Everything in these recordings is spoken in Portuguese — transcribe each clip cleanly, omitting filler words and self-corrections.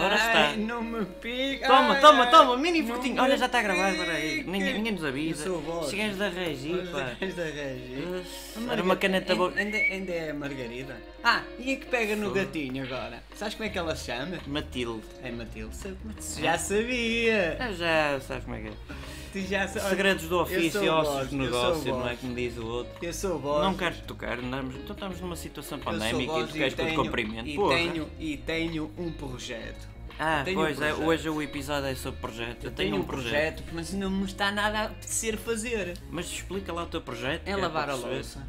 Agora está. Não me pica. Toma, mini foguetinho. Não Olha, me já está a gravar, pica. peraí. Ninguém nos avisa. Eu sou o Se gajo da Regi, pá. Os da Regi. Era uma caneta boa. Ainda é a Margarida. Ah, e a que pega no gatinho agora? Sabes como é que ela se chama? Matilde. É Matilde. Já sabia. Já sabes como é que é. Tu já sabes. Segredos do ofício e ossos do eu sou negócio, não é voz. como diz o outro. Eu sou voz. Não quero te tocar, então estamos numa situação Eu sou pandémica e voz tu queres que eu te cumprimento. e tenho um projeto. Ah, tenho pois um é, projeto. hoje o episódio é sobre projeto. Eu tenho um projeto. mas não me está nada a apetecer fazer. Mas explica lá o teu projeto. É que lavar para a perceber. louça.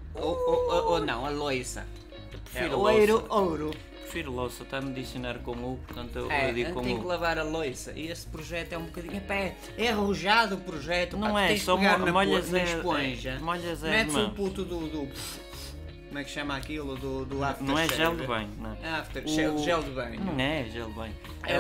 Ou não, a loiça. Eu É prefiro ouro, louça. ouro. Prefiro louça, está no dicionário com U, portanto eu É, digo com tem que U. lavar a loiça. E esse projeto é um bocadinho. Epá, é arrojado o projeto. Não pá, é, tens de só pegar na molhas na é- esponja. molhas é as Metes o mãos. puto do. Como é que chama aquilo? Do after Não é gel de shave. banho, não é? After, gel de banho. Não é gel de banho. É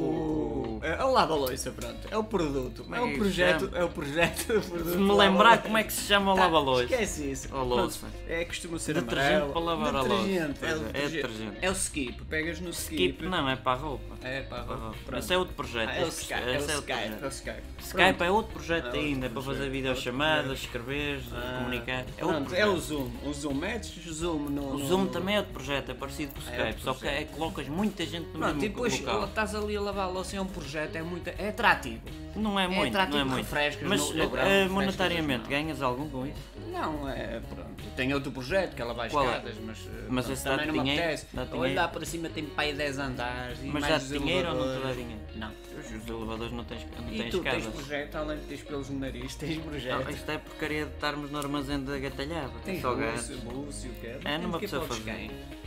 o lava-loiça, pronto. É o produto. Como É é que o se projeto. chama? É o projeto do produto. Se me lembrar como é que se chama o Tá, lava-louça. Esquece isso. A louça. Pronto, é, costuma ser Detergente amarelo. para lavar a louça. Detergente, Pois é, o é, é detergente. detergente. É o skip. Pegas no Skip não, é para a roupa. É para a roupa. Pronto. Esse é outro projeto. Ah, é o esse Skype. esse É o outro Skype. projeto. É o Skype. Skype é outro projeto É outro ainda, para projeto, fazer é videochamadas, outro escrever, comunicar. É outro Pronto, projeto. é o Zoom. O Zoom. Metes Zoom no. O Zoom também é outro projeto, é parecido com o É Skype, outro só que projeto. é que colocas muita gente no Pronto, e mesmo depois local. estás ali a lavar a louça, é um projeto, é atrativo. Não é muito, atrativo, não é muito. refrescas Mas no verão, monetariamente refrescas no ganhas algum com isso? Não, é pronto. Tem outro projeto que ela vai Qual é? escadas, mas, Mas pronto, esse dá também não me dinheiro? apetece. Dá Olha dinheiro? lá para cima tem pai 10 andares e Mas mais dá-te os dinheiro ou não te dá elevadores. dinheiro? Não. Os elevadores não tens E tens tu tens escadas. projeto, além de teres pelos no nariz, tens projeto. Não, isto é porcaria de estarmos no armazém da gatalhada. Tens Só gatos. Lúcio, o quê? É, não me apeteceu fazer.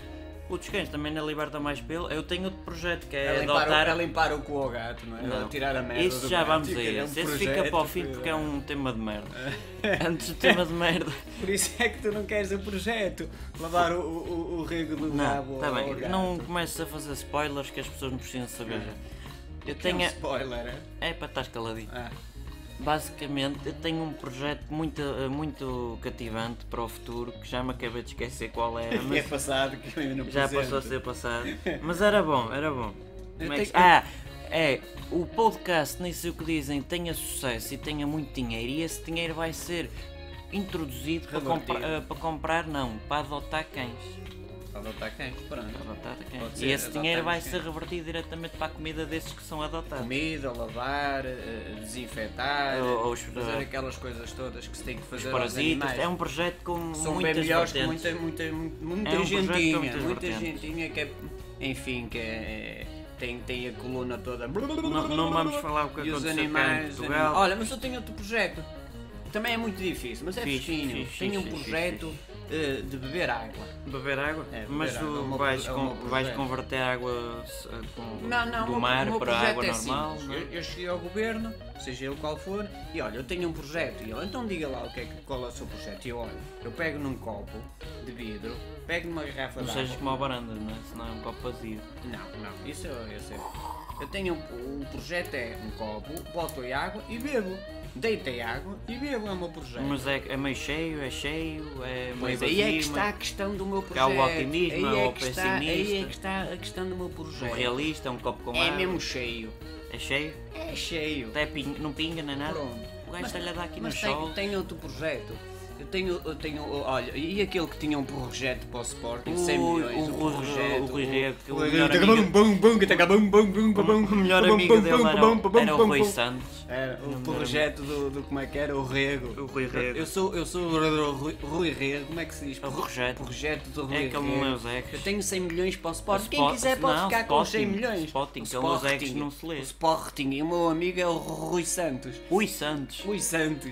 O dos cães também não liberta mais pelo. Eu tenho outro projeto que é adotar. É limpar o cu ao gato, não é? Não. Tirar a merda Isso do já gato, vamos e a que é esse. Esse projeto, fica para o fim filho porque é da- um tema de merda. Antes do tema de merda. Por isso é que tu não queres o projeto. Lavar o rego do Não, rabo está ao bem. gato. Não comeces a fazer spoilers que as pessoas não precisam saber já. Eu Que é um tenho. spoiler, é? É para estar caladinho. Ah. Basicamente, eu tenho um projeto muito cativante para o futuro que já me acabei de esquecer qual era, Que é mas passado, que eu não já passou a ser passado. Mas era bom, era bom. Como é que- tenho- é, o podcast, nem sei o que dizem, tenha sucesso e tenha muito dinheiro e esse dinheiro vai ser introduzido para, Revertido. para comprar, não, para adotar cães. Para adotar cães, pronto. Para adotar cães. Pode E ser, esse dinheiro vai adotamos ser revertido diretamente para a comida desses que são adotados. Comida, lavar, desinfetar, Ou os- fazer aquelas coisas todas que se tem que fazer Os aos parasitas, animais. é um projeto com São muitas bem melhores que vertentes. muita É um projeto com gentinha. muitas Muita vertentes. gentinha que é, enfim, que é, tem a coluna toda. Não vamos falar o que E os aconteceu cá em animais. Portugal. Olha, mas eu tenho outro projeto. Também é muito difícil, mas é Fixe, fresquinho. fixe, Tenho um fixe, projeto de beber água. Beber água? É, beber Mas água, é uma- vais, é o meu vais projeto. converter água Não, do o mar meu para projeto água é normal? simples. não é? Eu cheguei ao governo, seja ele qual for, e olha, eu tenho um projeto. E ele, então diga lá qual é o seu projeto. E eu, olha, eu pego num copo de vidro, pego numa garrafa Não de sejas água. como a varanda, não é? Senão é um copo vazio. Não, isso eu sei. Eu tenho o projeto é um copo, boto a água e bebo. Deitei água e bebo, é o meu projeto. Mas é meio cheio, é meio Pois vazio. aí é que está a meio- questão do meu Porque há projeto. o otimismo, aí há é o que está, aí é pessimista. que está a questão do meu projeto. Um realista, um copo com É água. mesmo cheio. É cheio? É cheio. Até não pinga nem nada? Pronto. O gajo está-lhe a dar aqui no Mas sol. tem outro projeto. Eu tenho, olha, e aquele que tinha um projeto para o Sporting, 100 milhões, o Rui Rego, o Rui melhor Rego, amigo- bum, bum, que taca, bum, bum, bum, bum, O melhor bum, amigo bum, dele bum, era bum, bum, era o bum, Rui bum. Santos. Era o melhor projeto do como é que era, o Rego. O Rui Rego. Eu sou o Rui Rego, como é que se diz? É o projeto. Projeto do Rui É aquele Rego. não é os ex. Eu tenho 100 milhões para o Sporting. Quem Sport- quiser pode não, ficar com os 100 Sporting, milhões. Sporting, O que é os ex não se lê. O Sporting. E o meu amigo é o Rui Santos. Rui Santos. Ui Santos,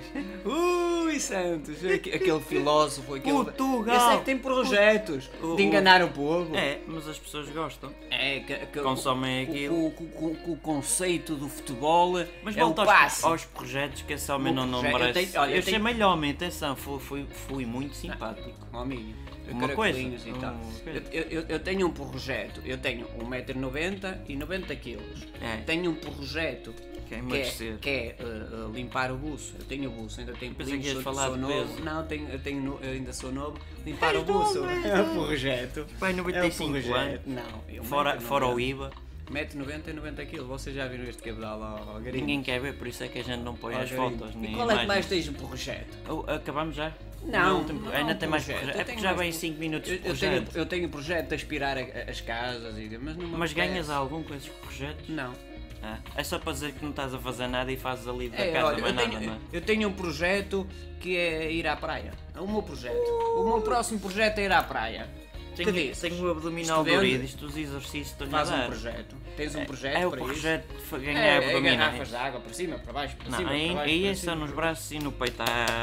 Ui Santos, aquele filósofo, aquele... Portugal. Esse é que tem projetos de enganar o povo. É, mas as pessoas gostam. É que Consomem aquilo. O conceito do futebol Mas é o volta passe. aos projetos que esse homem O não projeto- eu merece. tenho- olha, eu Eu tenho- chamei-lhe homem, atenção, fui muito simpático. Oh, amigo, Uma coisa, caracolinhos e tal. coisa. Eu tenho um projeto, eu tenho 1,90m e 90kg. É. Tenho um projeto Que é emagrecer. que é limpar o buço. Eu tenho o buço, ainda tenho Pensei que pelinhos, ias sou, falar sou de novo. peso. Não, eu ainda sou novo. Limpar o És buço. novo, és É o projeto. Pai, É o 95 projeto. anos. Não, eu Fora o não- IVA. 1,90 m e 90 kg. Vocês já viram este cabedal ao garimpo? Ninguém quer ver, por isso é que a gente não põe as garimpo. fotos. E Nem qual é que imagens. mais tens no projeto? Acabamos já? Não, ainda tem mais projeto. projeto. Eu É tenho porque já mais vem 5 minutos de Eu projeto. tenho projeto de aspirar as casas, mas não me Mas ganhas apetece. algum com esses projetos? Não. Ah, é só para dizer que não estás a fazer nada e fazes ali da É, casa olha, mais eu nada, não é? tenho um projeto que é ir à praia. É o meu projeto. O meu próximo projeto é ir à praia. Que dizes? Tenho o abdominal Isto vende? dorido, isto os exercícios estão a Faz um dar. projeto. Tens um projeto É o para projeto de isso? ganhar É abdominais. garrafas de água para cima, para baixo, para Não, cima, para baixo. aí para é só cima. nos braços e no peito.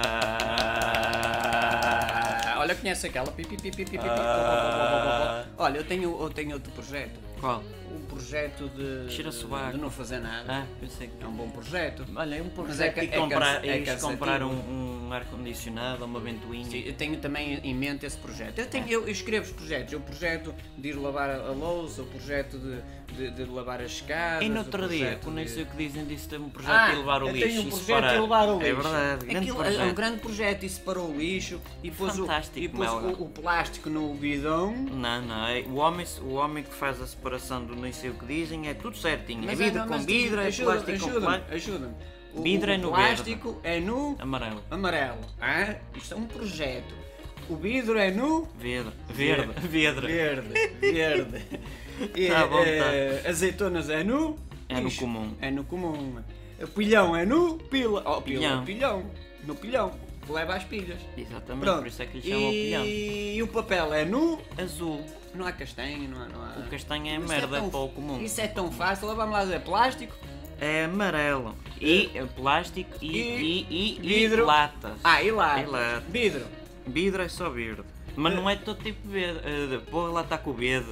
Olha, conhece aquela? Pi, pi, pi, pi, pi, pi, pi. Olha, eu tenho outro projeto. Qual? Um projeto Cheira sovaco. de não fazer nada. Ah, pensei que. É um bom projeto. Olha, é um Mas projeto é e comprar, é é comprar cansativo. um ar-condicionado, uma ventoinha. Sim, eu tenho também em mente esse projeto. Eu escrevo os projetos. O projeto de ir lavar a louça, o projeto de lavar as escadas. E no outro o dia, projeto quando nem de- sei o que dizem disso, tem um projeto de levar o eu lixo. tenho um e projeto separar. de levar o lixo. É verdade, grande Aquilo projeto. é um grande projeto e separou o lixo e pôs, Fantástico, Melga. o plástico no bidão. Não, não, o homem que faz a separação do nem sei o que dizem é tudo certinho. É Mas vidro não, com mas vidro, é ajuda-me, plástico com ajuda-me, plástico. ajuda-me. Vidro é no o plástico é no Amarelo. amarelo. Ah, isto é um projeto. O vidro é no Verde. Verde. Verde. verde. E, Tá bom, azeitonas é no É no lixo. comum. É no comum. O pilhão é no pila. Oh, Pilhão. pilhão. No pilhão. Que leva as pilhas. Exatamente, Pronto. por isso é que lhe chamam pilhão. E o papel é no. Azul. Não há castanho, não há. O castanho é Isso merda, é tão- para o comum. Isso é tão fácil. Lá vamos lá dizer plástico. É amarelo. E plástico e vidro. latas. Ah, e lá. E lata. Vidro. Vidro é só verde. Mas não é todo tipo de verde. Porra, lá está com o verde.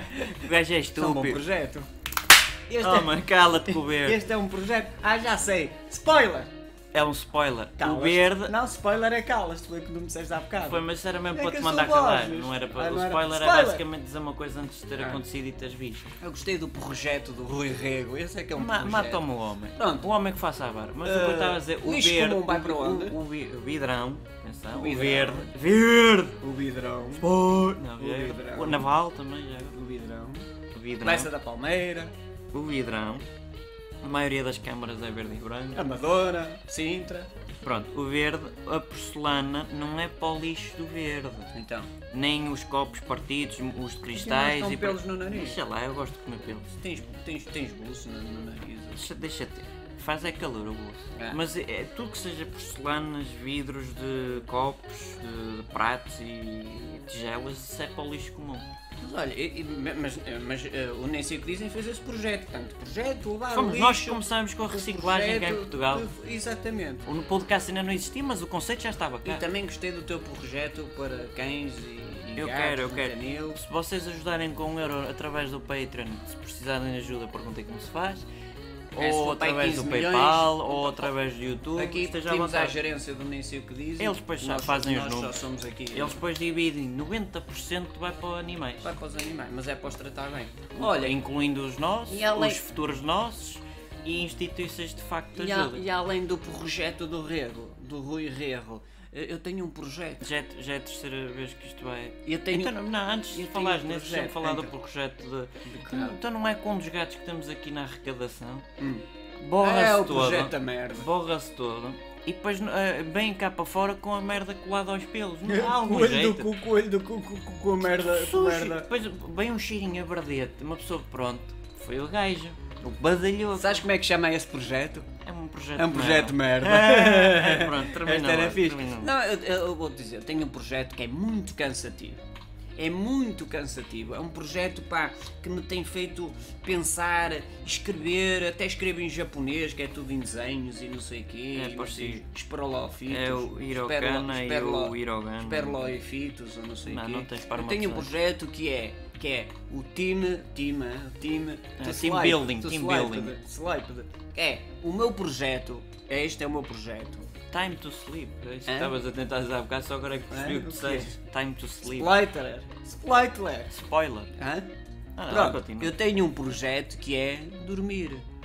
O gajo é Isto é um bom estúpido. projeto. Este, Toma, cala-te com o verde. este é um projeto. Ah, já sei. Spoiler! É um spoiler. O Calas-te. verde. Não, spoiler é calas. Foi o que não me disseste há bocado. Foi, mas isso era mesmo É para que te eu mandar sou calar. Borges. Não era para. Ah, O não era- spoiler é Spoiler! basicamente dizer uma coisa antes de ter acontecido e teres visto. Eu gostei do projeto do Rui Rego. Esse é que é um projeto. Mata-me o homem. Pronto. O homem que faça a barba. Mas o que eu estava a dizer, o lixo verde. comum vai para onde? O vidrão. Atenção, o vidrão. verde. Verde! O vidrão. Não, O vidrão. o naval também já. O vidrão. O vidrão. Começa da Palmeira. O vidrão. A maioria das câmaras é verde e branco. Amadora. Sintra. Pronto, o verde, a porcelana não é para o lixo do verde. Então. Nem os copos partidos, os de cristais Estão e pelos no nariz. Deixa lá, eu gosto de comer pelos. Tens buço no nariz. Deixa ter. Faz é calor o bolso. Ah. Mas é tudo que seja porcelanas, vidros de copos, de pratos e tigelas, isso é para o lixo comum. Mas olha, o Nem Sei O Que Dizem fez esse projeto. Portanto, projeto, levar Fomos o lixo. nós que começámos com a o reciclagem cá em projeto Portugal. Exatamente. O podcast ainda não existia, mas o conceito já estava E cá. também gostei do teu projeto para cães e Eu gatos, quero, eu no quero. canil. Se vocês ajudarem com 1 euro através do Patreon, se precisarem de ajuda, perguntem como se faz. É, se Ou for para aí através 15 do milhões, PayPal, ou através do YouTube. Aqui esteja à pedimos à vontade. gerência do Nem Sei O Que Dizem. Eles depois Nós- fazem os nós números. só somos aqui. Eles depois dividem 90% vai para animais. Vai para os animais, mas é para os tratar bem. Olha, incluindo os nossos, E além- os futuros nossos e instituições de facto de E, ajuda. e além do projeto do Rego, do Rui Rego, eu tenho um projeto. Já é a terceira vez que isto vai. Eu tenho. Então, não, antes de eu tenho falares um nesse, projeto, deixa-me falar do então. projeto de. que nada. Então não é com um dos gatos que temos aqui na arrecadação. É Borra-se o projeto todo. da merda. Borra-se todo. E depois bem cá para fora com a merda colada aos pelos. Não há algum Coelho jeito. do cu, coelho do cu, com a merda. Com Sujo. merda. Depois vem um cheirinho a verdete. Uma pessoa, pronto, foi o gajo. O badalhoso. Sabes como é que chama esse projeto? É um projeto É um projeto de merda. Pronto, termina Esta era lá, fixe. termina lá. Não, eu vou-te dizer, eu tenho um projeto que é muito cansativo. É muito cansativo. É um projeto, pá, que me tem feito pensar, escrever, até escrevo em japonês, que é tudo em desenhos e não sei o quê. É, e não pois sei, sim. esperolofitos. É o Hirokana e o Hirogana. Esperloifitos ou não sei o Não, quê. não tens Eu para tenho um projeto que é o team team Sleep, building, to team sleep, building. sleep. É, o meu projeto, este é o meu projeto. Time to sleep. É isso que Hã? estavas a tentar dizer há bocado, só agora é que percebi o que O tu quê? disseste. Time to sleep. Splightler. Spoiler. Hã? Ah, Pronto, continua. eu tenho um projeto que é dormir.